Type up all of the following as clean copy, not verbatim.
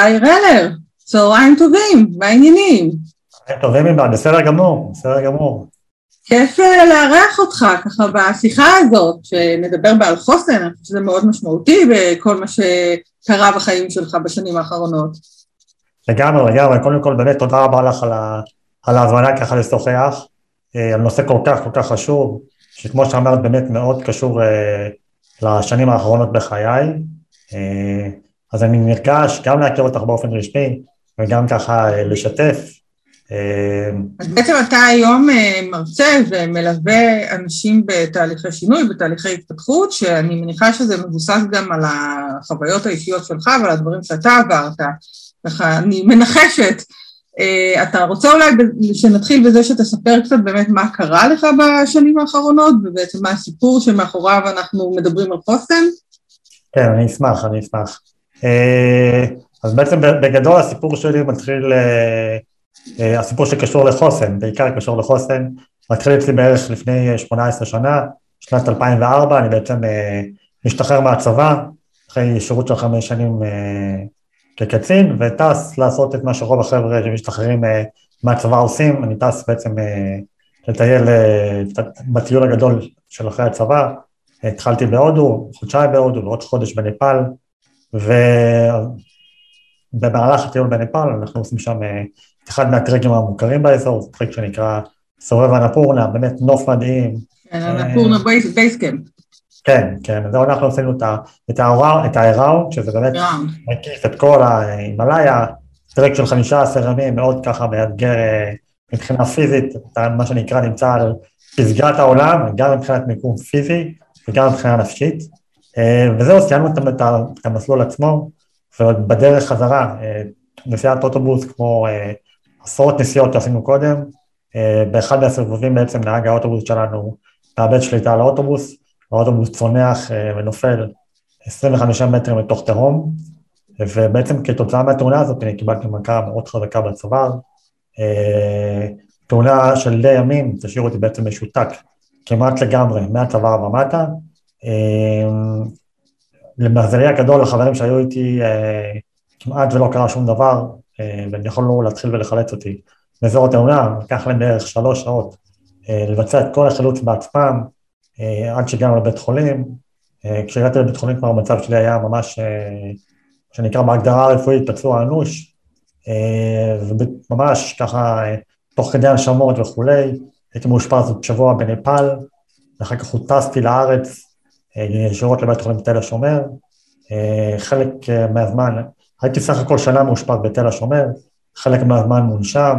שי רלר, צהריים טובים, מה העניינים? טובים ממנו, בסדר גמור, בסדר גמור. כיף לארח אותך ככה בשיחה הזאת, שנדבר על חוסן, אני חושב שזה מאוד משמעותי בכל מה שקרה בחיים שלך בשנים האחרונות. לגמרי, קודם כל באמת תודה רבה לך על ההזמנה ככה לשוחח, על נושא כל כך חשוב, שכמו שאמרת באמת מאוד קשור לשנים האחרונות בחיי, אז אני נרגש גם להכיר אותך באופן רשמי, וגם ככה לשתף. אז בעצם אתה היום מרצה ומלווה אנשים בתהליכי שינוי, בתהליכי התפתחות, שאני מניחה שזה מבוסס גם על החוויות האישיות שלך ועל הדברים שאתה עברת. ככה אני מנחשת. אתה רוצה אולי שנתחיל בזה שתספר קצת באמת מה קרה לך בשנים האחרונות, ובעצם מה הסיפור שמאחוריו אנחנו מדברים על חוסן? כן, אני אשמח. אז בעצם בגדול הסיפור שלי מתחיל, הסיפור שקשור לחוסן, בעיקר קשור לחוסן, מתחיל אצלי בערך לפני 18 שנה, שנת 2004, אני בעצם משתחרר מהצבא, אחרי שירות של 5 שנים כקצין, וטס לעשות את מה שרוב החבר'ה שמשתחררים מהצבא עושים, אני טס בעצם לטייל בטיול הגדול של אחרי הצבא, התחלתי בהודו, חודשיים בהודו, ועוד חודש בנפאל, ובמהלך הטיול בנפאל אנחנו עושים שם אחד מהטרקים המוכרים באזור, זה טרק שנקרא סובב אנפורנה, באמת נוף מדהים. אנפורנה בייסקאמפ. כן, אז אנחנו עשינו את האראונד, שזה באמת מקיף את כל ההימאליה, טרק של 15 ימים, מאוד ככה מאתגר מבחינה פיזית, מה שנקרא נמצא על פסגת העולם, גם מבחינת מיקום פיזי, וגם מבחינה נפשית, וזהו, סיימנו את המסלול עצמו, ובדרך חזרה, נסיעת אוטובוס כמו עשרות נסיעות שעשינו קודם, באחד מהסבבים בעצם נהג האוטובוס שלנו מאבד שליטה על האוטובוס, האוטובוס צונח ונופל 25 מטרים לתוך תהום, ובעצם כתוצאה מהתאונה הזאת אני קיבלתי מכה מאוד חזקה בצוואר, תאונה של די ימים, תשאיר אותי בעצם משותק כמעט לגמרי מהצוואר ומטה, למזלי הגדול לחברים שהיו איתי כמעט ולא קרה שום דבר, והם יכולנו להתחיל ולחלץ אותי באזור התאונה, לקח להם בערך 3 שעות לבצע את כל החילוץ בעצמם, עד שהגענו לבית חולים. כשהגעתי לבית חולים כבר המצב שלי היה ממש, שנקרא בהגדרה הרפואית, פצוע אנוש, וממש ככה תוך כדי הנשמות וכולי, הייתי מאושפז שבוע בנפאל, ואחר כך הוטסתי לארץ, ישירות לבית חולים תל השומר, חלק מהזמן, הייתי סך הכל שנה מאושפז בתל השומר, חלק מהזמן מונשם,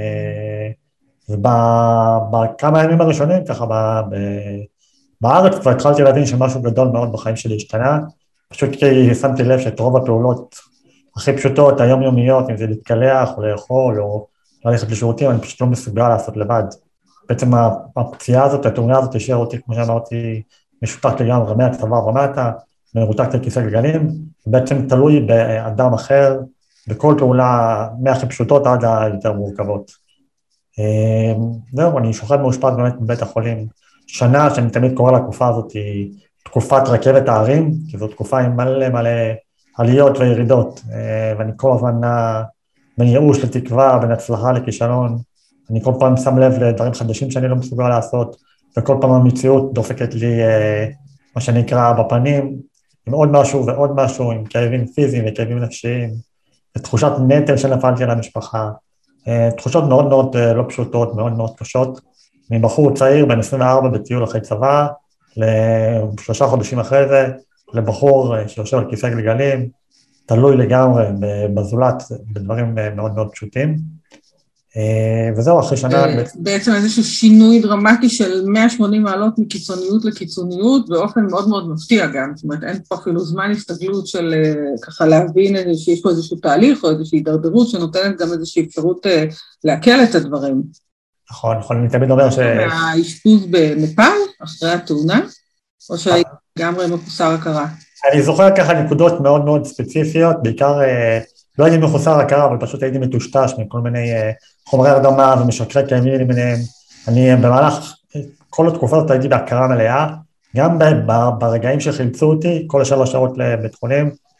ובכמה הימים הראשונים ככה בארץ כבר התחלתי להבין שמשהו גדול מאוד בחיים שלי השתנה, פשוט כי שמתי לב שאת רוב הפעולות הכי פשוטות, היומיומיות, אם זה להתקלח או לאכול או ללכת לשירותים, אני פשוט לא מסוגל לעשות לבד. בעצם הפציעה הזאת, התאונה הזאת השאיר אותי, כמו שאמרתי, משותק לגמרי מהצוואר ומטה, מרותק לכיסא גלגלים, ובעצם תלוי באדם אחר, בכל פעולה מהכי פשוטות עד היותר מורכבות. זהו, אני שוכב מאושפז באמת בבית החולים, שנה שאני תמיד קורא לתקופה הזאת היא תקופת רכבת הערים, כי זו תקופה עם מלא עליות וירידות, ואני כל הזמן נע בין ייאוש לתקווה, בין הצלחה לכישלון, אני כל פעם שם לב לדברים חדשים שאני לא מסוגל לעשות, וכל פעם המציאות דופקת לי מה שנקרא בפנים, עם עוד משהו ועוד משהו, עם כאבים פיזיים וכאבים נפשיים, ותחושת נטל שנפלתי על המשפחה, תחושות מאוד לא פשוטות, מאוד קשות, מבחור צעיר בן 24 בטיול אחרי צבא, ל3 חודשים אחרי זה, לבחור שיושב על כיסא גלגלים, תלוי לגמרי בזולת, בדברים מאוד פשוטים, וזהו, אחרי שנה... בעצם איזשהו שינוי דרמטי של 180 מעלות מקיצוניות לקיצוניות, באופן מאוד מפתיע גם, זאת אומרת, אין פה אפילו זמן הסתגלות של ככה להבין שיש פה איזשהו תהליך, או איזושהי הידרדרות שנותנת גם איזושהי אפשרות להקל את הדברים. נכון, אני תמיד אומר מהאשפוז בנפאל, אחרי התאונה, או שגמרי מחוסר הכרה? אני זוכר ככה נקודות מאוד ספציפיות, בעיקר לא הייתי מחוסר הכרה, אבל פשוט הייתי מטושטש מכל מיני חומרי הרדמה ומשקרי כאבים למיניהם. אני במהלך כל התקופה הזאת הייתי בהכרה מלאה, גם ברגעים שחילצו אותי, כל 3 שעות לבית חולים,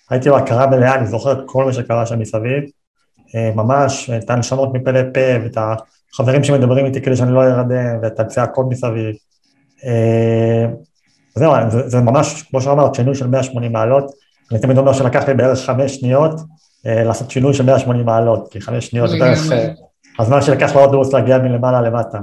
הייתי בהכרה מלאה, אני זוכר את כל מה שקרה שם מסביב, ממש, את הנשמות מפה לפה, ואת החברים שמדברים איתי כדי שאני לא ארדם, ואת הצעקות מסביב. זהו, זה ממש, כמו שאמרת, שינוי של 180 מעלות, אני תמיד אומר שלקח לי בערך 5 שניות, לעשות שינוי של 180 מעלות, כי 5 שניות זה בערך הזמן שלקח לאוטובוס להגיע מלמעלה למטה.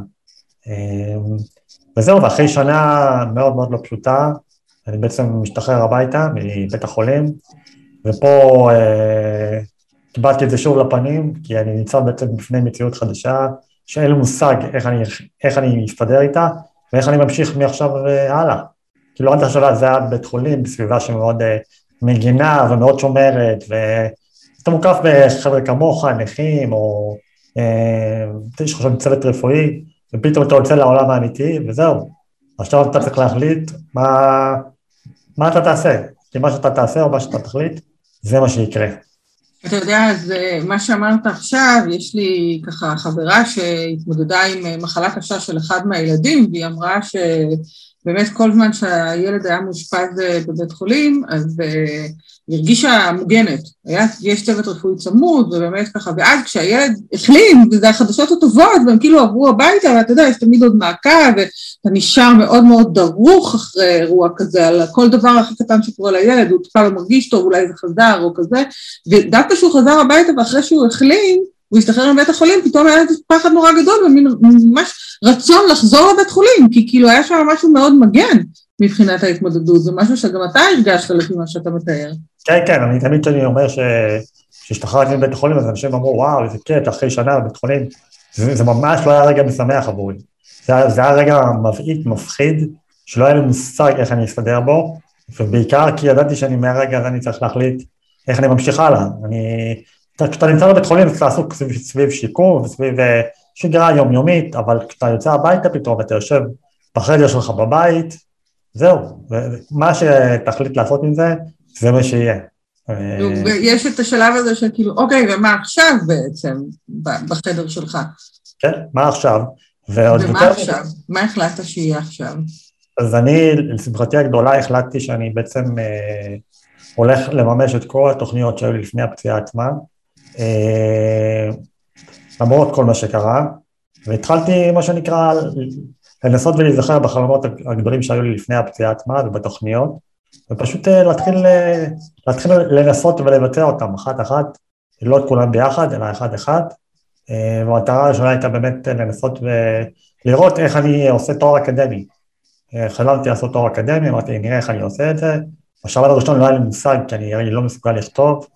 וזהו, ואחרי שנה מאוד מאוד לא פשוטה, אני בעצם משתחרר הביתה מבית החולים, ופה קיבלתי את זה שוב לפנים, כי אני ניצב בעצם בפני מציאות חדשה, שאין לי מושג איך אני אסתדר איתה, ואיך אני ממשיך מעכשיו הלאה. כאילו עד עכשיו זה היה בית חולים, בסביבה שמאוד מגינה ומאוד שומרת, ואתה מוקף בחבר'ה כמוך, נכים, או יש חושב צוות רפואי, ופתאום אתה יוצא לעולם האמיתי, וזהו. עכשיו אתה צריך להחליט מה אתה תעשה, כי מה שאתה תעשה או מה שאתה תחליט, זה מה שיקרה. אתה יודע, אז מה שאמרת עכשיו, יש לי ככה חברה שהתמודדה עם מחלה קשה של אחד מהילדים, והיא אמרה שבאמת כל זמן שהילד היה מאושפז בבית חולים, אז היא הרגישה מוגנת. יש צוות רפואי צמוד, ובאמת ככה, ואז כשהילד החלים, וזה החדשות הטובות, והם כאילו עברו הביתה, ואתה יודע, יש תמיד עוד מעקב, ואתה נשאר מאוד מאוד דרוך אחרי אירוע כזה, על כל דבר הכי קטן שקורה לילד, הוא טיפה לא מרגיש טוב, אולי זה חזר או כזה, ודווקא שהוא חזר הביתה, ואחרי שהוא החלים, הוא הסתחרר מבית החולים, פתאום היה פחד נורא גדול, וממש רצון לחזור לבית חולים, כי כאילו היה שם משהו מאוד מגן מבחינת ההתמודדות, זה משהו שגם אתה הרגשת לפי מה שאתה מתאר. כן, כן, אני תמיד שאני אומר שהשתחררתי מבית החולים, אז אנשים אמרו, וואו, איזה קטע, אחרי שנה בבית חולים, זה ממש לא היה רגע משמח עבורי. זה היה רגע מבעית, מפחיד, שלא היה לי מושג איך אני אסתדר בו, ובעיקר כי ידעתי שאני מהרגע הזה אני צריך להחליט איך אני ממשיך הלאה. כשאתה נמצא בבית חולים, אתה עסוק סביב שיקום וסביב שגרה יומיומית, אבל כשאתה יוצא הביתה פתאום ואתה יושב בחדר שלך בבית, זהו, מה שתחליט לעשות עם זה, זה מה שיהיה. יש את השלב הזה של כאילו, אוקיי, ומה עכשיו בעצם בחדר שלך? כן, מה עכשיו? ומה עכשיו? מה החלטת שיהיה עכשיו? אז אני, לשמחתי הגדולה, החלטתי שאני בעצם הולך לממש את כל התוכניות שהיו לי לפני הפציעה עצמה, למרות כל מה שקרה, והתחלתי, מה שנקרא, לנסות ולהיזכר בחלומות הגדולים שהיו לי לפני הפציעה עצמה ובתוכניות, ופשוט להתחיל לנסות ולבצע אותם אחת-אחת, לא את כולם ביחד, אלא אחד-אחד, והמטרה הראשונה הייתה באמת לנסות ולראות איך אני עושה תואר אקדמי. חלמתי לעשות תואר אקדמי, אמרתי, נראה איך אני עושה את זה, בשלב הראשון לא היה לי מושג, כי אני לא מסוגל לכתוב,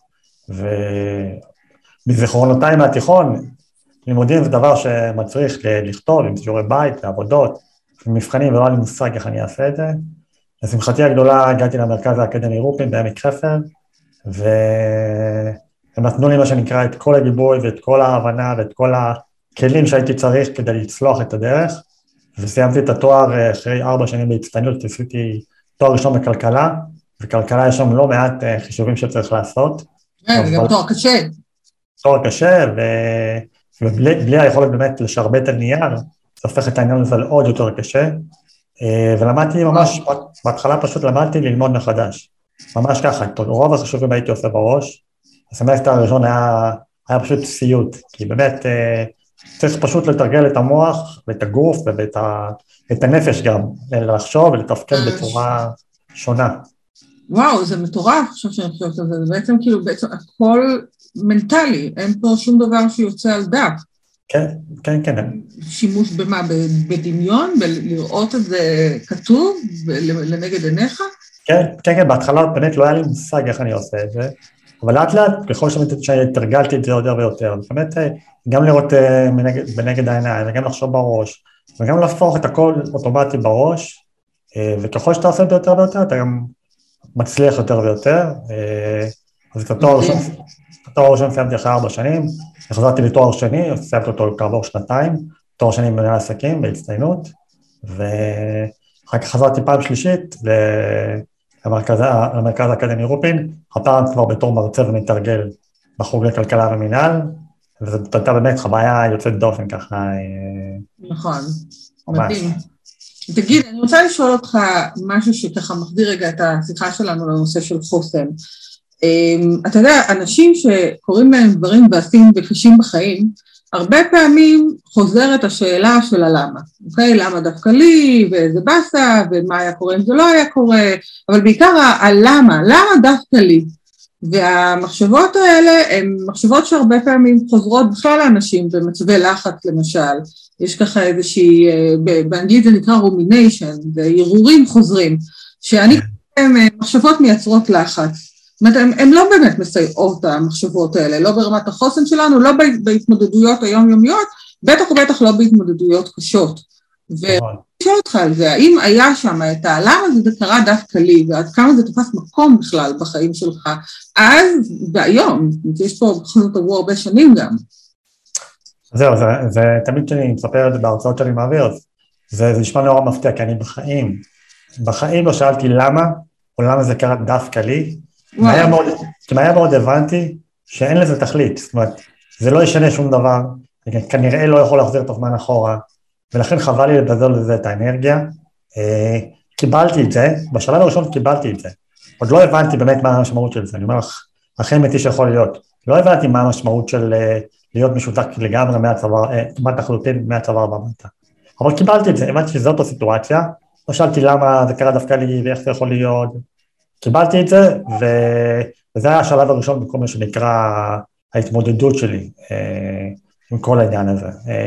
ומזיכרונותיי מהתיכון, לימודים זה דבר שמצריך לכתוב, עם שיעורי בית, לעבודות, מבחנים, ולא היה לי מושג איך אני אעשה את זה. לשמחתי הגדולה הגעתי למרכז האקדמי רופין בעמק חפר, והם נתנו לי מה שנקרא את כל הגיבוי ואת כל ההבנה ואת כל הכלים שהייתי צריך כדי לצלוח את הדרך, וסיימתי את התואר אחרי 4 שנים בהצטיינות, עשיתי תואר ראשון בכלכלה, וכלכלה יש שם לא מעט חישובים שצריך לעשות. זה גם תואר קשה. תואר קשה, ובלי היכולת באמת לשרבט על נייר, זה הופך את העניין הזה לעוד יותר קשה, ולמדתי ממש, בהתחלה פשוט למדתי ללמוד מחדש, ממש ככה, רוב החישובים הייתי עושה בראש, הסמסטר הראשון היה פשוט סיוט, כי באמת צריך פשוט לתרגל את המוח ואת הגוף ואת הנפש גם, לחשוב ולתפקד בצורה שונה. וואו, זה מטורף, עכשיו שאני חושבת על זה, זה בעצם כאילו, בעצם הכל מנטלי, אין פה שום דבר שיוצא על דף. כן, כן, כן. שימוש במה? בדמיון? בלראות את זה כתוב לנגד עיניך? כן, כן, כן, בהתחלה באמת לא היה לי מושג איך אני עושה את זה, אבל לאט לאט, ככל שהתרגלתי את זה יותר ויותר, באמת גם לראות בנגד העיניים, וגם לחשוב בראש, וגם להפוך את הכל אוטומטי בראש, וככל שאתה עושה את זה יותר ויותר, אתה גם מצליח יותר ויותר, אז את התואר הראשון סיימתי אחרי 4 שנים, החזרתי לתואר שני, סיימתי אותו כעבור 2, תואר שני במנהל עסקים בהצטיינות, ואחר כך חזרתי פעם שלישית למרכז האקדמי רופין, הפעם כבר בתור מרצה ומתרגל בחוג לכלכלה ומינהל, וזאת הייתה באמת חוויה יוצאת דופן ככה. נכון, מדהים. תגיד, אני רוצה לשאול אותך משהו שככה מחזיר רגע את השיחה שלנו לנושא של חוסן. אתה יודע, אנשים שקוראים להם דברים ועשים וקשים בחיים, הרבה פעמים חוזרת השאלה של הלמה, אוקיי? למה דווקא לי, ואיזה בסה, ומה היה קורה אם זה לא היה קורה, אבל בעיקר הלמה, למה דווקא לי? והמחשבות האלה הן מחשבות שהרבה פעמים חוזרות בכלל לאנשים במצבי לחץ למשל, יש ככה איזושהי, באנגלית זה נקרא rumination, זה הרהורים חוזרים, שאני חושבת מחשבות מייצרות לחץ, זאת אומרת, הן לא באמת מסייעות המחשבות האלה, לא ברמת החוסן שלנו, לא בהתמודדויות היומיומיות, בטח ובטח לא בהתמודדויות קשות. ואני שואל אותך על זה, האם היה שם את למה זה קרה דווקא לי, ועד כמה זה תפס מקום בכלל בחיים שלך, אז והיום, יש פה בכל זאת עברו הרבה שנים גם. זהו, זה תמיד שאני מספר את זה בהרצאות שאני מעביר, זה נשמע נורא מפתיע, כי אני בחיים לא שאלתי למה, או למה זה קרה דווקא לי, כי מהר מאוד הבנתי שאין לזה תכלית, זאת אומרת, זה לא ישנה שום דבר, כנראה לא יכול להחזיר את הזמן אחורה, ולכן חבל לי לבזל לזה את האנרגיה, קיבלתי את זה, בשלב הראשון קיבלתי את זה, עוד לא הבנתי באמת מה המשמעות של זה, אני אומר לך, הכי אמיתי שיכול להיות, לא הבנתי מה המשמעות של להיות משותק לגמרי מהצוואר, כמעט לחלוטין מהצוואר במטה, אבל קיבלתי את זה, הבנתי שזאת הסיטואציה, לא שאלתי למה זה קרה דווקא לי ואיך זה יכול להיות, קיבלתי את זה, וזה היה השלב הראשון בכל מה שנקרא ההתמודדות שלי עם כל העניין הזה.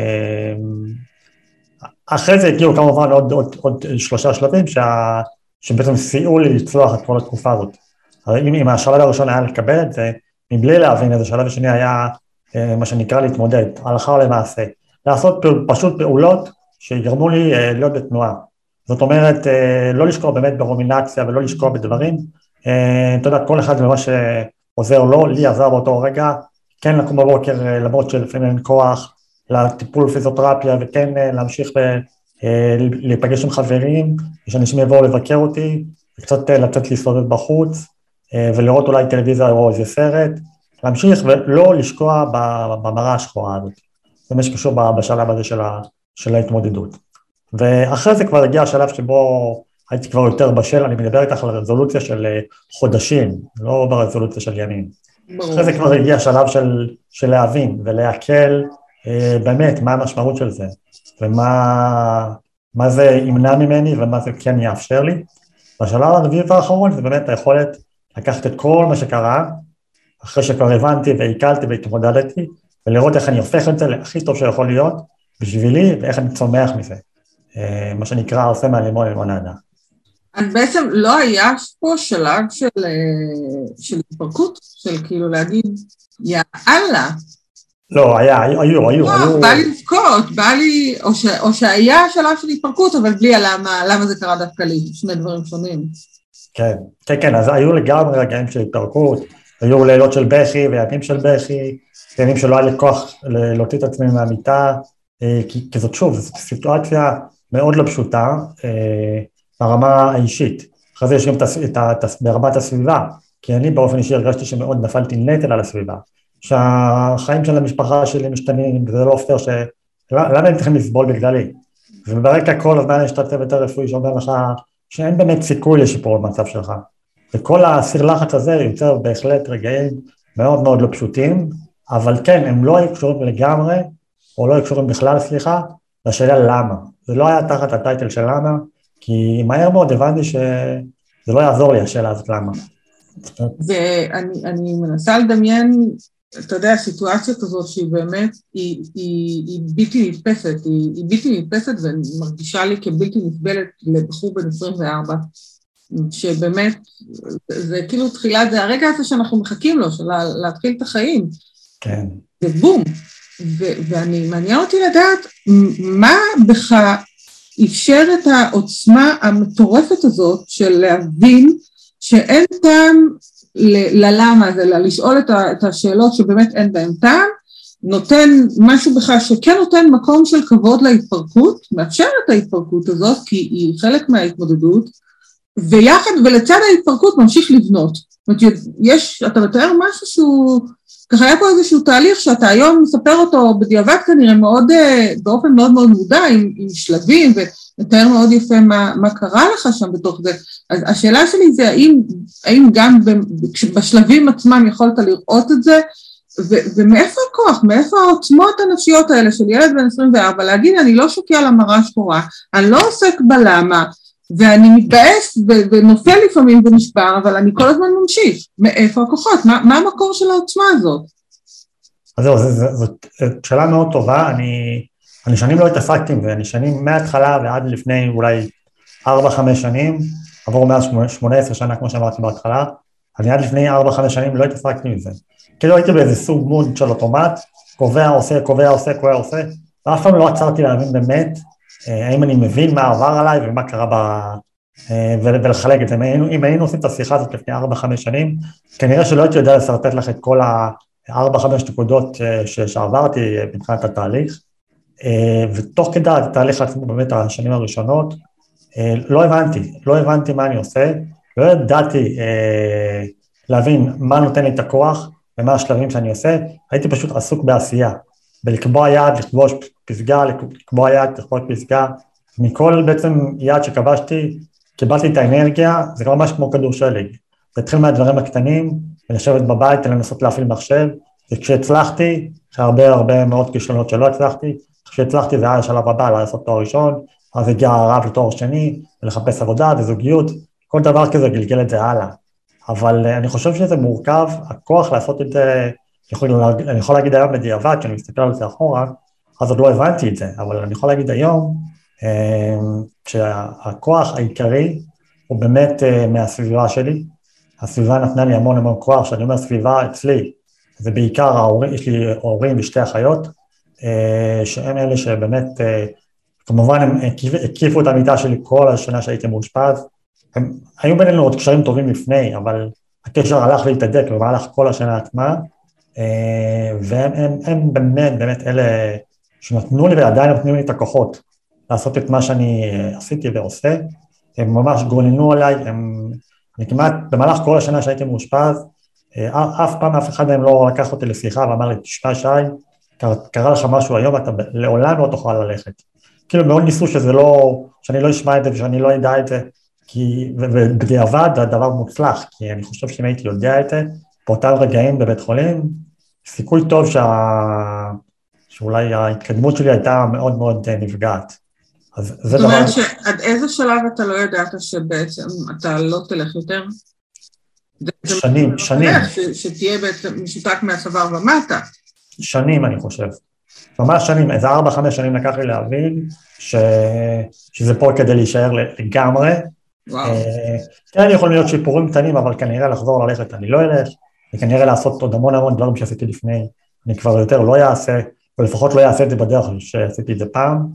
אחרי זה הגיעו כמובן עוד 3 שלבים שבעצם סייעו לי לצלוח את כל התקופה הזאת. אם השלב הראשון היה לקבל את זה, מבלי להבין, אז השלב השני היה מה שנקרא להתמודד, הלכה למעשה, לעשות פשוט פעולות שיגרמו לי להיות בתנועה. זאת אומרת, לא לשקוע באמת ברומינציה ולא לשקוע בדברים, אתה יודע, כל אחד ממה שעוזר לו, לי עזר באותו רגע, כן לקום בבוקר למרות שלפעמים אין כוח, לטיפול פיזיותרפיה וכן להמשיך להיפגש עם חברים, שאנשים יבואו לבקר אותי, קצת לצאת להסתובב בחוץ, ולראות אולי טלוויזיה או איזה סרט, להמשיך ולא לשקוע במראה השחורה הזאת, זה מה שקשור בשלב הזה של ההתמודדות. ואחרי זה כבר הגיע השלב שבו הייתי כבר יותר בשל, אני מדבר איתך על הרזולוציה של חודשים, לא ברזולוציה של ימים. אחרי זה כבר הגיע השלב של להבין ולהקל באמת מה המשמעות של זה, ומה זה ימנע ממני ומה זה כן יאפשר לי. והשלב הרביעי והאחרון זה באמת היכולת לקחת את כל מה שקרה, אחרי שכבר הבנתי והקלתי והתמודדתי, ולראות איך אני הופך את זה להכי טוב שיכול להיות בשבילי ואיך אני צומח מזה. מה שנקרא עושה מהלימון לימונדה. אז בעצם לא היה פה שלב של התפרקות, של כאילו להגיד, יאללה. לא, היו. בא לי לבכות, או שהיה שלב של התפרקות, אבל בלי למה זה קרה דווקא לי, שני דברים שונים. כן, אז היו לגמרי רגעים של התפרקות, היו לילות של בכי וימים של בכי, ימים שלא היה לי כוח להוציא את עצמי מהמיטה, כי זאת שוב, זו סיטואציה מאוד לא פשוטה ברמה האישית. אחרי זה יש גם ברמת הסביבה, כי אני באופן אישי הרגשתי שמאוד נפלתי נטל על הסביבה, שהחיים של המשפחה שלי משתנים, וזה לא פייר למה הם צריכים לסבול בגללי? וברקע כל הזמן יש את הצוות הרפואי שאומר לך שאין באמת סיכוי לשיפור במצב שלך. וכל הסיר לחץ הזה יוצר בהחלט רגעים מאוד מאוד לא פשוטים, אבל כן, הם לא היו קשורים לגמרי, או לא היו קשורים בכלל, סליחה, לשאלה למה. זה לא היה תחת הטייטל של למה, כי מהר מאוד הבנתי שזה לא יעזור לי השאלה הזאת למה. ואני מנסה לדמיין, אתה יודע, סיטואציה כזאת שהיא באמת, היא בלתי נתפסת, היא בלתי נתפסת ואני מרגישה לי כבלתי נסבלת לבחור בן 24, שבאמת, זה כאילו תחילה, זה הרגע הזה שאנחנו מחכים לו, של להתחיל את החיים. כן. ובום. ואני מעניין אותי לדעת, מה בך אפשר את העוצמה המטורפת הזאת של להבין שאין טעם ללמה הזה, לשאול את השאלות שבאמת אין בהם טעם, נותן משהו בך שכן נותן מקום של כבוד להתפרקות, מאפשר את ההתפרקות הזאת, כי היא חלק מההתמודדות, ויחד ולצד ההתפרקות ממשיך לבנות. זאת אומרת, אתה מתאר משהו שהוא, ככה היה פה איזשהו תהליך שאתה היום מספר אותו בדיעבד כנראה מאוד, באופן מאוד מאוד מודע, עם שלבים מתאר מאוד יפה מה קרה לך שם בתוך זה. אז השאלה שלי זה, האם גם בשלבים עצמם יכולת לראות את זה, ומאיפה הכוח, מאיפה העוצמות הנפשיות האלה של ילד בן 24, להגיד, אני לא שוקע על המראה שחורה, אני לא עוסק בלמה, ואני מתבאס ונופל לפעמים ונשבר, אבל אני כל הזמן ממשיך. מאיפה הכוחות? מה המקור של העוצמה הזאת? אז זהו, זאת שאלה מאוד טובה, אני שנים לא התעסקתי עם זה, אני שנים מההתחלה ועד לפני אולי 4-5 שנים, עבור מאז 18 שנה כמו שאמרתי בהתחלה, אני עד לפני 4-5 שנים לא התעסקתי עם זה. כאילו הייתי באיזה סוג מוד של אוטומט, קובע, עושה, ואף פעם לא עצרתי להבין באמת, האם אני מבין מה עבר עליי ומה קרה ולחלק את זה. אם היינו עושים את השיחה הזאת לפני 4-5 שנים, כנראה שלא הייתי יודע לסרטט לך את כל 4-5 נקודות שעברתי מבחינת התהליך, ותוך כדי התהליך עצמו באמת השנים הראשונות, לא הבנתי מה אני עושה, לא ידעתי להבין מה נותן לי את הכוח ומה השלבים שאני עושה, הייתי פשוט עסוק בעשייה, בלקבוע יעד, לכבוש פסגה, מכל בעצם יעד שקבשתי, קיבלתי את האנרגיה, זה ממש כמו כדור שלג, זה התחיל מהדברים הקטנים, ולשבת בבית ולנסות להפעיל מחשב, וכשהצלחתי, אחרי הרבה מאוד כישלונות שלא הצלחתי, כשהצלחתי זה היה השלב הבא, לעשות תואר ראשון, אז הגיע הרב לתואר שני, ולחפש עבודה וזוגיות, כל דבר כזה גלגל את זה הלאה. אבל אני חושב שזה מורכב, הכוח לעשות את זה, אני יכול להגיד היום בדיעבד, כשאני מסתכל על זה אחורה, אז עוד לא הבנתי את זה, אבל אני יכול להגיד היום, שהכוח העיקרי הוא באמת מהסביבה שלי, הסביבה נתנה לי המון כוח, שאני אומר סביבה אצלי, זה בעיקר יש לי הורים ושתי אחיות, שהם אלה שבאמת, כמובן הם הקיפו את המיטה שלי כל השנה שהייתי מאושפז, הם היו בינינו עוד קשרים טובים לפני, אבל הקשר הלך להתהדק במהלך כל השנה עצמה, והם באמת אלה שנתנו לי ועדיין נותנים לי את הכוחות, לעשות את מה שאני עשיתי ועושה, הם ממש גוננו עליי, אני כמעט במהלך כל השנה שהייתי מאושפז, אף פעם אף אחד מהם לא לקח אותי לשיחה ואמר לי, תשמע שי, קרה לך משהו היום, אתה לעולם לא תוכל ללכת. כאילו מאוד ניסו שאני לא אשמע את זה ושאני לא ידע את זה, ובדיעבד זה הדבר מוצלח, כי אני חושב שאם הייתי יודע את זה, באותם רגעים בבית חולים, סיכוי טוב שאולי ההתקדמות שלי הייתה מאוד מאוד נפגעת. זאת אומרת שעד איזה שלב אתה לא ידעת שבעצם אתה לא תלך יותר? שנים. שתהיה בעצם משותק מהצוואר ומטה. שנים אני חושב. ממש שנים, איזה 4-5 שנים לקח לי להבין שזה פה כדי להישאר לגמרי. כן, יכולים להיות שיפורים קטנים, אבל כנראה לחזור ללכת אני לא אלך, וכנראה לעשות עוד המון דברים שעשיתי לפני, אני כבר יותר לא יעשה, או לפחות לא יעשה את זה בדרך שעשיתי את זה פעם.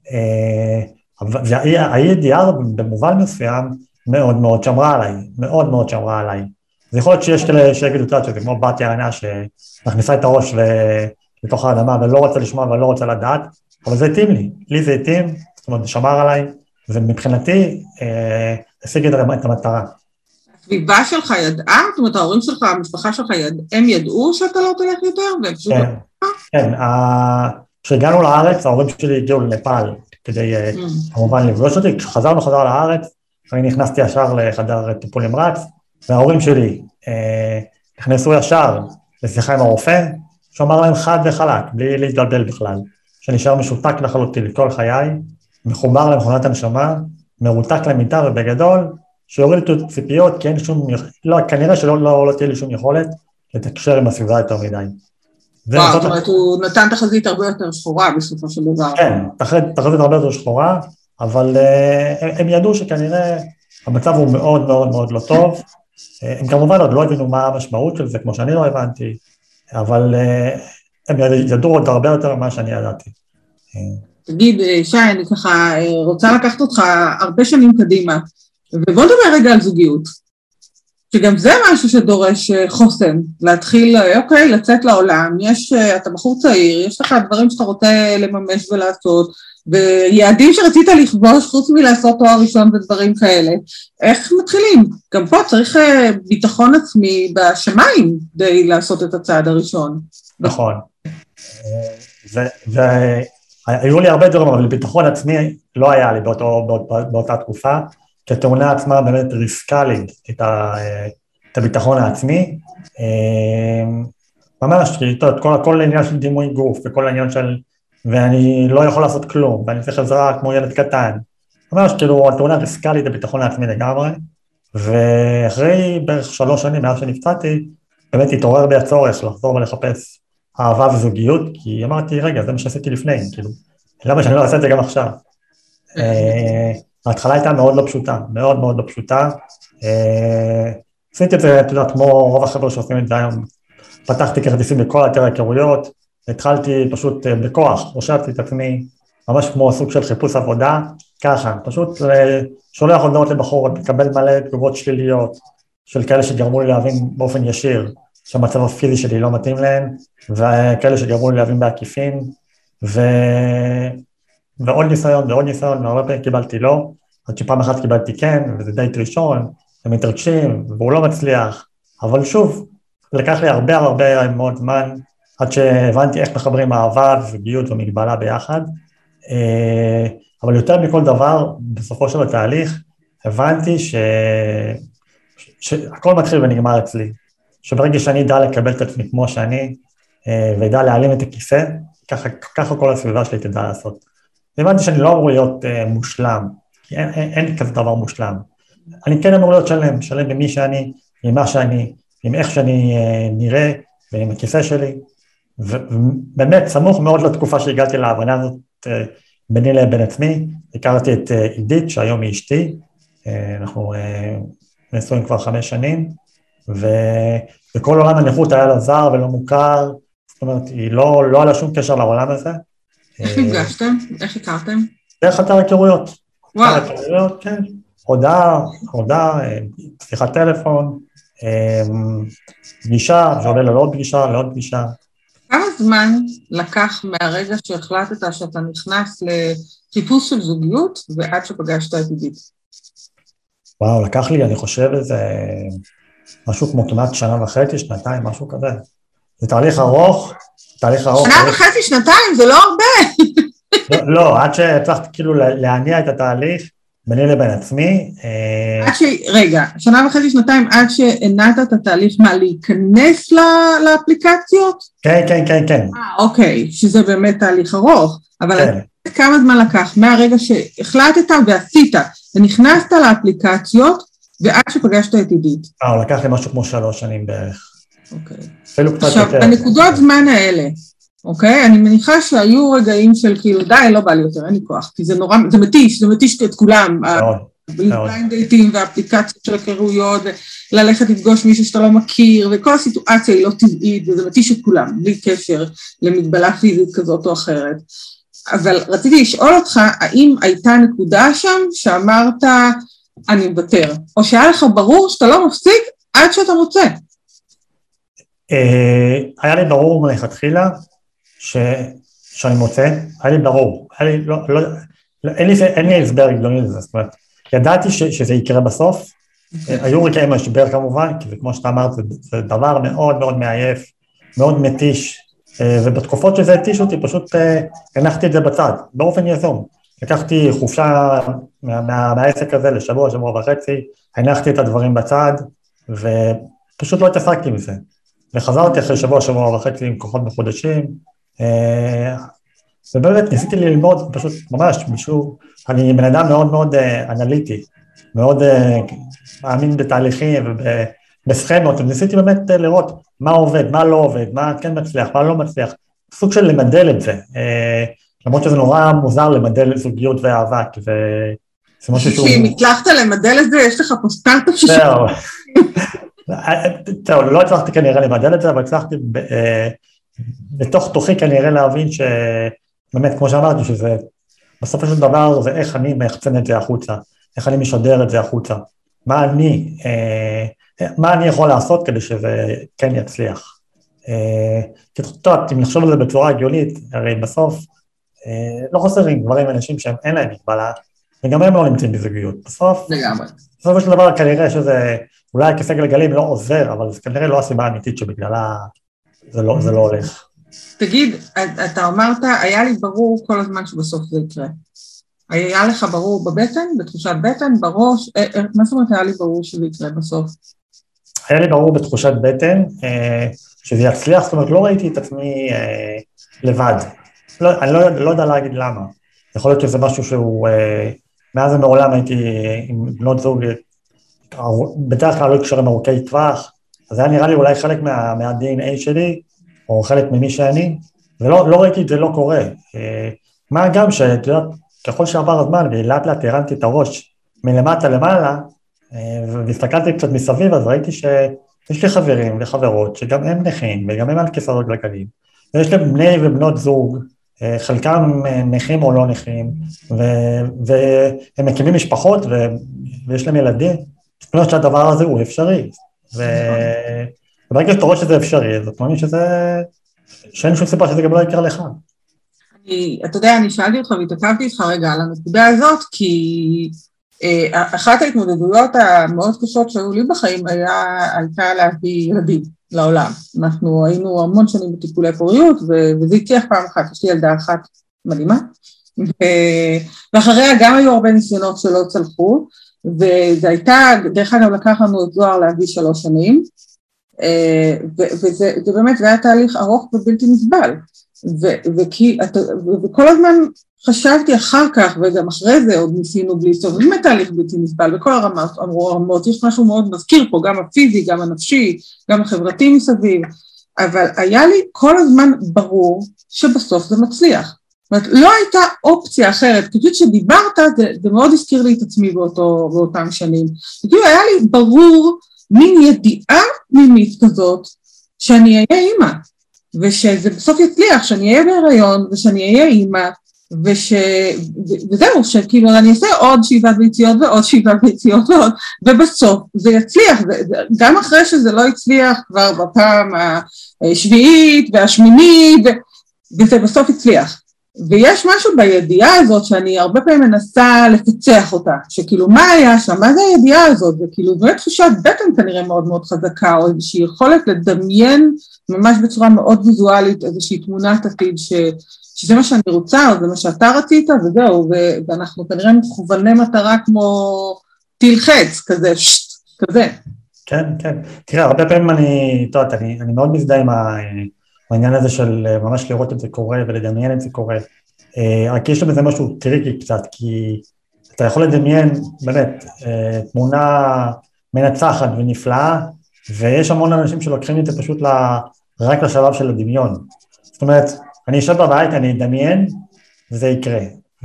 והידיעה במובן מסוים מאוד שמרה עליי. זה יכול להיות שיש כאלה שיגידו קצת שזה כמו בת יענה שמכניסה את הראש לתוך האדמה ולא רוצה לשמוע ולא רוצה לדעת, אבל זה התאים לי זה התאים, זאת אומרת, זה שמר עליי, ומבחינתי השיג את המטרה. הסביבה שלך ידעה? זאת אומרת, ההורים שלך, המשפחה שלך, הם ידעו שאתה לא תלך יותר? כן, כשהגענו לארץ, ההורים שלי הגיעו לנפאל, כדי כמובן לפגוש אותי, כשחזרנו לארץ, אני נכנסתי ישר לחדר טיפול נמרץ, וההורים שלי נכנסו ישר לשיחה עם הרופא, שאמר להם חד וחלק, בלי להתגלגל בכלל, שנשאר משותק לחלוטין לכל חיי, מחובר למכונת הנשמה, מרותק למיטה ובגדול, שיוריד את הציפיות, כי אין שום, כנראה שלא תהיה לי שום יכולת לתקשר עם הסביבה יותר מדי. זאת אומרת, הוא נתן תחזית הרבה יותר שחורה בסופו של דבר. כן, תחזית הרבה יותר שחורה, אבל הם ידעו שכנראה המצב הוא מאוד לא טוב, הם כמובן עוד לא הבינו מה המשמעות של זה, כמו שאני לא הבנתי, אבל הם ידעו עוד הרבה יותר ממה שאני ידעתי. תגיד, שי, אני ככה רוצה לקחת אותך הרבה שנים קדימה, ובוא נדבר רגע על זוגיות, שגם זה משהו שדורש חוסן, להתחיל, אוקיי, לצאת לעולם, אתה בחור צעיר, יש לך דברים שאתה רוצה לממש ולעשות, ויעדים שרצית לכבוש חוץ מלעשות תואר ראשון ודברים כאלה, איך מתחילים? גם פה צריך ביטחון עצמי בשמיים כדי לעשות את הצעד הראשון. נכון. היו לי הרבה דברים, אבל ביטחון עצמי לא היה לי באותה תקופה, כי התאונה עצמה באמת ריסקה לי את הביטחון העצמי, ממש, כי כל העניין של דימוי גוף, וכל העניין של, ואני לא יכול לעשות כלום, ואני צריך עזרה כמו ילד קטן, ממש, כאילו, התאונה ריסקה לי את הביטחון העצמי לגמרי, ואחרי בערך 3 שנים מאז שנפצעתי, באמת התעורר בי הצורך לחזור ולחפש אהבה וזוגיות, כי אמרתי, רגע, זה מה שעשיתי לפני, כאילו, למה שאני לא אעשה את זה גם עכשיו? ההתחלה הייתה מאוד לא פשוטה, מאוד מאוד לא פשוטה, עשיתי את זה, אתה יודע, כמו רוב החבר'ה שעושים את זה היום, פתחתי כרטיסים בכל היתר ההיכרויות, התחלתי פשוט בכוח, הושבתי את עצמי, ממש כמו סוג של חיפוש עבודה, ככה, פשוט שולח הודעות לבחור, מקבל מלא תגובות שליליות, של כאלה שגרמו לי להבין באופן ישיר, שהמצב הפיזי שלי לא מתאים להם, וכאלה שגרמו לי להבין בעקיפין, ועוד ניסיון, והרבה פעמים קיבלתי לא, עד שפעם אחת קיבלתי כן, וזה דייט ראשון, הם מתרגשים, והוא לא מצליח, אבל שוב, לקח לי הרבה מאוד זמן, עד שהבנתי איך מחברים אהבה וזוגיות ומגבלה ביחד, אבל יותר מכל דבר, בסופו של התהליך, הבנתי שהכל מתחיל ונגמר אצלי, שברגע שאני אדע לקבל את עצמי כמו שאני, וידע להעלים את הכיסא, ככה כל הסביבה שלי תדע לעשות. הבנתי שאני לא אמור להיות מושלם, כי אין כזה דבר מושלם. אני כן אמור להיות שלם במי שאני, עם מה שאני, עם איך שאני נראה, ועם הכיסא שלי, ובאמת סמוך מאוד לתקופה שהגעתי להבנה הזאת, ביני לבין עצמי, הכרתי את עידית, שהיום היא אשתי, אנחנו נשואים כבר 5 שנים, וכל עולם הנכות היה לה זר ולא מוכר, זאת אומרת, היא לא עלה שום קשר לעולם הזה. איך נפגשתם? איך הכרתם? דרך אתר היכרויות. וואלה. אתר היכרויות, כן. הודעה, שיחת טלפון, פגישה, שעולה לעוד פגישה. כמה זמן לקח מהרגע שהחלטת שאתה נכנס לחיפוש של זוגיות, ועד שפגשת את עידית? וואו, לקח לי, אני חושב, איזה משהו כמו כמעט 1.5 שנה, 2, משהו כזה. זה תהליך ארוך. 1.5 שנתיים, זה לא הרבה. לא, עד שהצלחתי כאילו להניע את התהליך, ביני לבין עצמי. רגע, 1.5 שנתיים עד שהנעת את התהליך, מה, להיכנס לאפליקציות? כן. אוקיי, שזה באמת תהליך ארוך, אבל כמה זמן לקח, מהרגע שהחלטת ועשית, ונכנסת לאפליקציות, ועד שפגשת את עידית? לקח לי משהו כמו 3 שנים בערך. אוקיי. עכשיו, הנקודות זמן האלה, אוקיי? אני מניחה שהיו רגעים של כאילו, די, לא בא לי יותר, אין לי כוח, כי זה נורא, זה מתיש את כולם, בליינד דייטים והאפליקציות של הכירויות, ללכת לפגוש מישהו שאתה לא מכיר, וכל הסיטואציה היא לא טבעית, וזה מתיש את כולם, בלי קשר למגבלה פיזית כזאת או אחרת. אבל רציתי לשאול אותך, האם הייתה נקודה שם שאמרת, אני מוותר, או שהיה לך ברור שאתה לא מפסיק עד שאתה רוצה? היה לי ברור מלכתחילה שאני מוצא, היה לי ברור, אין לי הסבר גדול לזה, זאת אומרת, ידעתי שזה יקרה בסוף, היו רגעים משבר כמובן, כי זה כמו שאתה אמרת, זה דבר מאוד מאוד מעייף, מאוד מתיש, ובתקופות שזה התיש אותי, פשוט הנחתי את זה בצד, באופן יזום, לקחתי חופשה מהעסק הזה לשבוע, 1.5 שבועות, הנחתי את הדברים בצד, ופשוט לא התעסקתי מזה. וחזרתי אחרי 1.5 שבועות עם כוחות מחודשים, ובאמת ניסיתי ללמוד פשוט ממש מישהו, אני בן אדם מאוד מאוד אנליטי, מאוד מאמין בתהליכים ובסכמות, וניסיתי באמת לראות מה עובד, מה לא עובד, מה כן מצליח, מה לא מצליח, סוג של למדל את זה, למרות שזה נורא מוזר למדל זוגיות ואהבה, כי זה משהו שהוא... אם הצלחת למדל את זה, יש לך פה סטארט-אפ טוב, לא הצלחתי כנראה למדל את זה, אבל הצלחתי בתוך תוכי כנראה להבין שבאמת, כמו שאמרתי, שזה בסופו של דבר זה איך אני מייחצן את זה החוצה, איך אני משדר את זה החוצה, מה אני יכול לעשות כדי שזה כן יצליח. טוב, אם נחשוב על זה בצורה הגיונית, הרי בסוף לא חסרים גברים אנשים שהם אין להם מגבלה, וגם הם לא נמצאים בזוגיות. בסוף, בסופו של דבר כנראה שזה, אולי כיסא גלגלים לא עוזר, אבל זה כנראה לא הסיבה האמיתית שבגללה זה לא הולך. תגיד, אתה אמרת, היה לי ברור כל הזמן שבסוף זה יקרה. היה לך ברור בבטן, בתחושת בטן, בראש, מה זאת אומרת היה לי ברור שזה יקרה בסוף? היה לי ברור בתחושת בטן, שזה יצליח, זאת אומרת, לא ראיתי את עצמי לבד. אני לא יודע להגיד למה. יכול להיות שזה משהו שהוא, מאז ומעולם הייתי עם בנות זוג, בדרך כלל לא קשרים ארוכי טווח, אז היה נראה לי אולי חלק מה-DNA שלי, או חלק ממי שאני, ולא ראיתי את זה לא קורה. מה גם שאת יודעת, ככל שעבר הזמן, ולאט לאט הרמתי את הראש מלמטה למעלה, והסתכלתי קצת מסביב, אז ראיתי שיש לי חברים וחברות שגם הם נכים, וגם הם על כיסאות גלגלים, ויש להם בני ובנות זוג, חלקם נכים או לא נכים, והם מקימים משפחות, ויש להם ילדים, זאת אומרת שהדבר הזה הוא אפשרי, וברגע שאתה רואה שזה אפשרי, זאת אומרת שאין שום סיבה שזה גם לא יקרה לך. אתה יודע, אני שאלתי אותך והתעכבתי איתך רגע על הנקודה הזאת, כי אחת ההתמודדויות המאוד קשות שהיו לי בחיים הייתה להביא ילדים לעולם. אנחנו היינו המון שנים בטיפולי פוריות, וזה הצליח פעם אחת, יש לי ילדה אחת מדהימה, ואחריה גם היו הרבה ניסיונות שלא צלחו, וזה הייתה, דרך אגב לקח לנו את זוהר להביא 3 שנים, וזה באמת, זה היה תהליך ארוך ובלתי נסבל, וכל הזמן חשבתי אחר כך, וגם אחרי זה עוד ניסינו בלי סוף, באמת תהליך בלתי נסבל, בכל הרמות, יש משהו מאוד מזכיר פה, גם הפיזי, גם הנפשי, גם החברתי מסביב, אבל היה לי כל הזמן ברור שבסוף זה מצליח. זאת אומרת, לא הייתה אופציה אחרת, כי שדיברת, זה מאוד הזכיר לי את עצמי באותם שנים. כאילו היה לי ברור מין ידיעה פנימית כזאת, שאני אהיה אימא, ושזה בסוף יצליח, שאני אהיה בהיריון, ושאני אהיה אימא, וזהו, שכאילו אני אעשה עוד 7 ביציות ועוד 7 ביציות ועוד, ובסוף זה יצליח, גם אחרי שזה לא יצליח כבר בפעם השביעית והשמינית, וזה בסוף יצליח. ויש משהו בידיעה הזאת שאני הרבה פעמים מנסה לפצח אותה, שכאילו מה היה שם, מה זה הידיעה הזאת, וכאילו באמת תחושת בטן כנראה מאוד מאוד חזקה, או איזושהי יכולת לדמיין ממש בצורה מאוד ויזואלית, איזושהי תמונת עתיד שזה מה שאני רוצה, או זה מה שאתה רצית, וזהו, ואנחנו כנראה מכווני מטרה כמו טיל חץ, כזה, כזה. כן, כן. תראה, הרבה פעמים אני מאוד מזדהה עם העניין הזה של ממש לראות את זה קורה ולדמיין את זה קורה. רק יש לזה משהו טריקי קצת, כי אתה יכול לדמיין באמת תמונה מנצחת ונפלאה, ויש המון אנשים שלוקחים את זה פשוט רק לשלב של הדמיון. זאת אומרת, אני אשב בבית, אני אדמיין, וזה יקרה.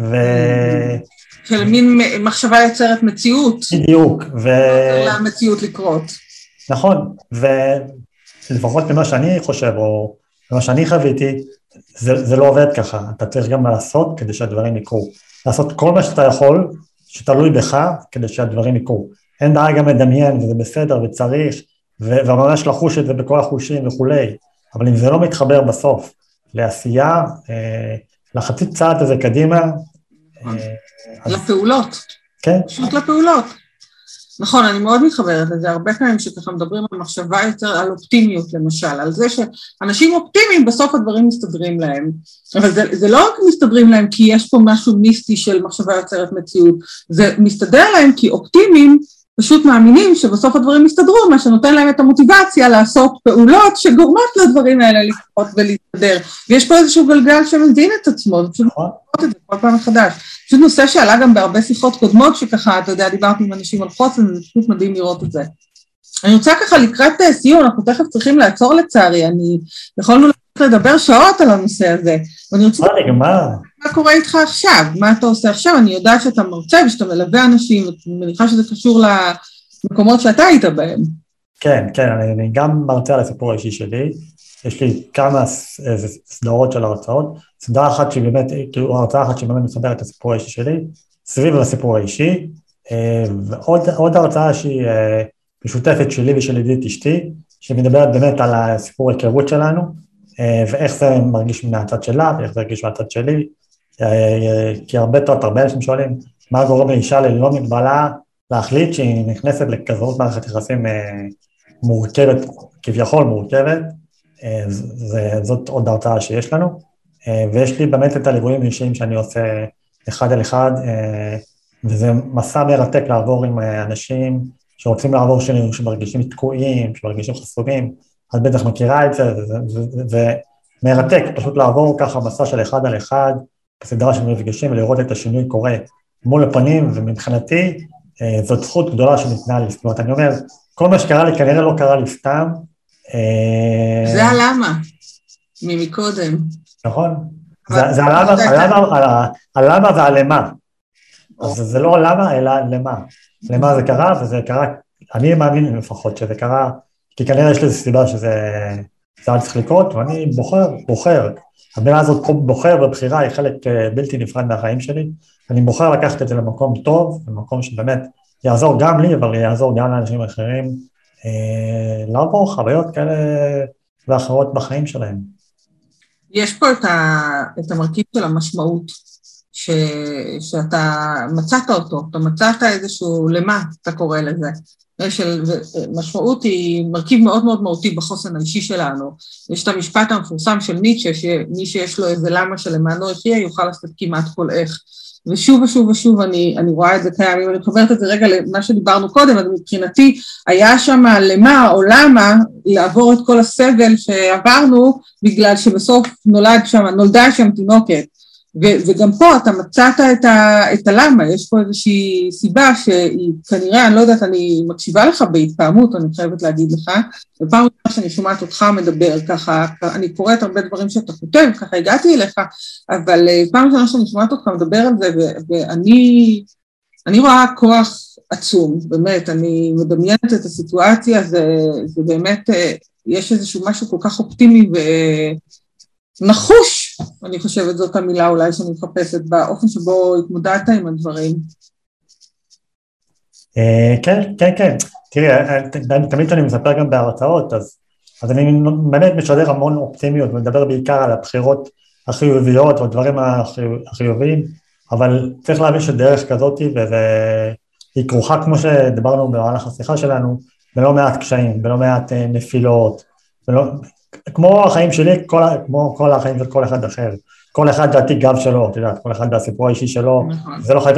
של מין מחשבה יוצרת מציאות. בדיוק. למציאות לקרות. נכון, ולפחות ממה שאני חושב, או מה שאני חוויתי, זה לא עובד ככה. אתה צריך גם לעשות כדי שהדברים יקרו. לעשות כל מה שאתה יכול, שתלוי בך, כדי שהדברים יקרו. אין דעה גם לדמיין, וזה בסדר, וצריך, וממש לחוש את זה בכל החושים וכולי. אבל אם זה לא מתחבר בסוף, לעשייה, לחצי צעד הזה קדימה. לפעולות. כן. פשוט לפעולות. נכון, אני מאוד מתחברת לזה, הרבה פעמים שככה מדברים על מחשבה יותר, על אופטימיות למשל, על זה שאנשים אופטימיים בסוף הדברים מסתדרים להם, אבל זה לא רק מסתדרים להם כי יש פה משהו מיסטי של מחשבה יוצרת מציאות, זה מסתדר להם כי אופטימיים פשוט מאמינים שבסוף הדברים מסתדרו, מה שנותן להם את המוטיבציה לעשות פעולות שגורמות לדברים האלה לקרות ולהתקדר, ויש פה איזשהו גלגל שמזין את עצמו, זה פשוט לראות את זה כל פעם מחדש. פשוט נושא שעלה גם בהרבה שיחות קודמות שככה, אתה יודע, דיברתי עם אנשים על חוסן, זה פשוט מדהים לראות את זה. אני רוצה ככה לקראת סיום, אנחנו תכף צריכים לעצור לצערי, יכולנו לדבר שעות על הנושא הזה, ואני רוצה... מה קורה איתך עכשיו? מה אתה עושה עכשיו? אני יודעת שאתה מרצה ושאתה מלווה אנשים, ואני מניחה שזה קשור למקומות שאתה היית בהם. כן, כן, אני גם מרצה על הסיפור האישי שלי, יש לי כמה סדרות של הרצאות, סדרה אחת שהיא באמת, כאילו הרצאה אחת שבאמת מספרת את הסיפור האישי שלי, סביב הסיפור האישי, ועוד הרצאה שהיא משותפת שלי ושל ידידית אשתי, שמדברת באמת על הסיפור ההיכרות שלנו, ואיך זה מרגיש מהצד שלה, ואיך זה מרגיש מהצד שלי, כי הרבה אנשים שואלים, מה גורם לאישה ללא מגבלה להחליט שהיא נכנסת לכזאת מערכת יחסים מורכבת, כביכול מורכבת, זאת עוד הרצאה שיש לנו, ויש לי באמת את הליוויים אישיים שאני עושה אחד על אחד, וזה מסע מרתק לעבור עם אנשים שרוצים לעבור שמרגישים תקועים, שמרגישים חסומים, אז בטח מכירה את זה, ומרתק פשוט לעבור ככה מסע של אחד על אחד, בסדרה של מפגשים ולראות את השינוי קורה מול הפנים, ומבחינתי זאת זכות גדולה שניתנה לי, זאת אומרת, אני אומר, כל מה שקרה לי כנראה לא קרה לי סתם. זה הלמה, ממקודם. נכון, זה הלמה והלמה, אז זה לא למה אלא למה, למה זה קרה, וזה קרה, אני מאמין לפחות שזה קרה, כי כנראה יש לזה סיבה שזה היה צריך לקרות, ואני בוחר, המילה הזאת בוחר ובחירה היא חלק בלתי נפרד מהחיים שלי, אני בוחר לקחת את זה למקום טוב, למקום שבאמת יעזור גם לי, אבל יעזור גם לאנשים אחרים, לעבור חוויות כאלה ואחרות בחיים שלהם. יש פה את המרכיב של המשמעות, שאתה מצאת אותו, אתה מצאת איזשהו למה אתה קורא לזה. משמעות היא מרכיב מאוד מאוד מהותי בחוסן האישי שלנו. יש את המשפט המפורסם של ניטשה, שמי שיש לו איזה למה שלמענו יחיה, יוכל לעשות כמעט כל איך. ושוב ושוב ושוב אני רואה את זה קיים, אם אני מחברת את זה רגע למה שדיברנו קודם, אז מבחינתי היה שם למה או למה לעבור את כל הסבל שעברנו, בגלל שבסוף נולדה שם תינוקת, וגם פה אתה מצאת את הלמה, יש פה איזושהי סיבה שהיא כנראה, אני לא יודעת, אני מקשיבה לך בהתפעמות, אני חייבת להגיד לך, ופעם ראשונה שאני שומעת אותך מדבר ככה, אני קוראת הרבה דברים שאתה כותב, ככה הגעתי אליך, אבל פעם ראשונה שאני שומעת אותך מדבר על זה, ואני רואה כוח עצום, באמת, אני מדמיינת את הסיטואציה, זה באמת, יש איזשהו משהו כל כך אופטימי ונחוש, אני חושבת זאת המילה אולי שאני מחפשת באופן שבו התמודדת עם הדברים. כן. תראי, תמיד שאני מספר גם בהרצאות, אז אני באמת משדר המון אופטימיות, ומדבר בעיקר על הבחירות החיוביות, או הדברים החיוביים, אבל צריך להבין שדרך כזאת, והיא כרוכה, כמו שדיברנו במהלך השיחה שלנו, בלא מעט קשיים, בלא מעט נפילות, כמו החיים שלי, כמו כל החיים של כל אחד אחר, כל אחד דעתי גב שלו, אתה יודע, כל אחד והסיפור האישי שלו, זה לא חייב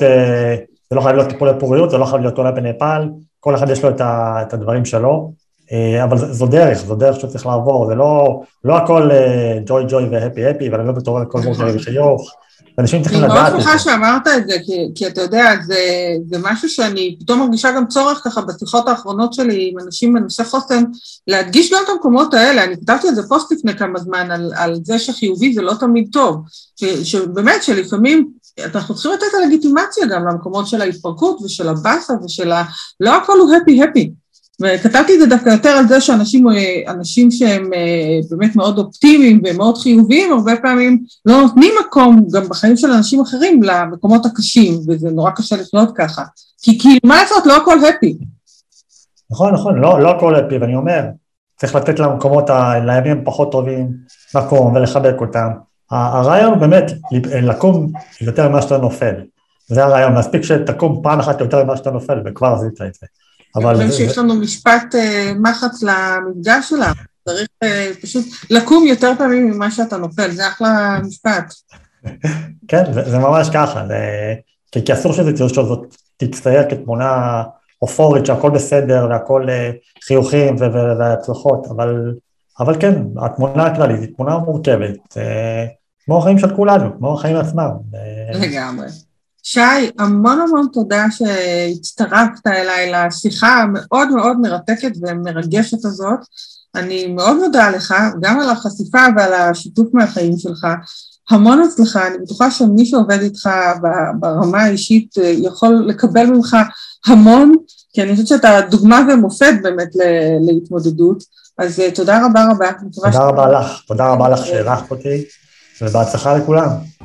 להיות טיפול לפוריות, זה לא חייב להיות עולה בנפאל, כל אחד יש לו את הדברים שלו, אבל זו דרך שצריך לעבור, זה לא הכל ג'וי והפי, ואני לא בתור כל בוקר וחיוך, אנשים צריכים לדעת את זה. אני מאוד שמחה שאמרת את זה, כי אתה יודע, זה משהו שאני פתאום מרגישה גם צורך ככה בשיחות האחרונות שלי עם אנשים בנושא חוסן, להדגיש גם את המקומות האלה, אני כתבתי את זה פוסט לפני כמה זמן על זה שחיובי זה לא תמיד טוב, שבאמת שלפעמים אנחנו צריכים לתת הלגיטימציה גם למקומות של ההתפרקות ושל הבאסה ושל לא הכל הוא הפי, וכתבתי את זה דווקא יותר על זה שאנשים שהם באמת מאוד אופטימיים ומאוד חיוביים, הרבה פעמים לא נותנים מקום גם בחיים של אנשים אחרים למקומות הקשים, וזה נורא קשה לחיות ככה. כי מה לעשות, לא הכל הפי. נכון, לא הכל הפי, ואני אומר, צריך לתת למקומות, לימים פחות טובים, מקום ולחבק אותם. הרעיון באמת לקום יותר ממה שאתה נופל. זה הרעיון, מספיק שתקום פעם אחת יותר ממה שאתה נופל, וכבר עשית את זה. אני חושב שיש לנו משפט מחץ למפגש שלנו, צריך פשוט לקום יותר פעמים ממה שאתה נופל, זה אחלה משפט. כן, זה ממש ככה, כי אסור שזאת תצטייר כתמונה אופורית, שהכל בסדר והכל חיוכים והצלחות, אבל כן, התמונה הכללית היא תמונה מורכבת, כמו החיים של כולנו, כמו החיים עצמם. לגמרי. שי, המון תודה שהצטרפת אליי לשיחה המאוד מאוד מרתקת ומרגשת הזאת. אני מאוד מודה לך, גם על החשיפה ועל השיתוף מהחיים שלך. המון הצלחה, אני בטוחה שמי שעובד איתך ברמה האישית יכול לקבל ממך המון, כי אני חושבת שאתה דוגמה ומופת באמת להתמודדות. אז תודה רבה. תודה רבה לך שאירחת אותי, ובהצלחה לכולם.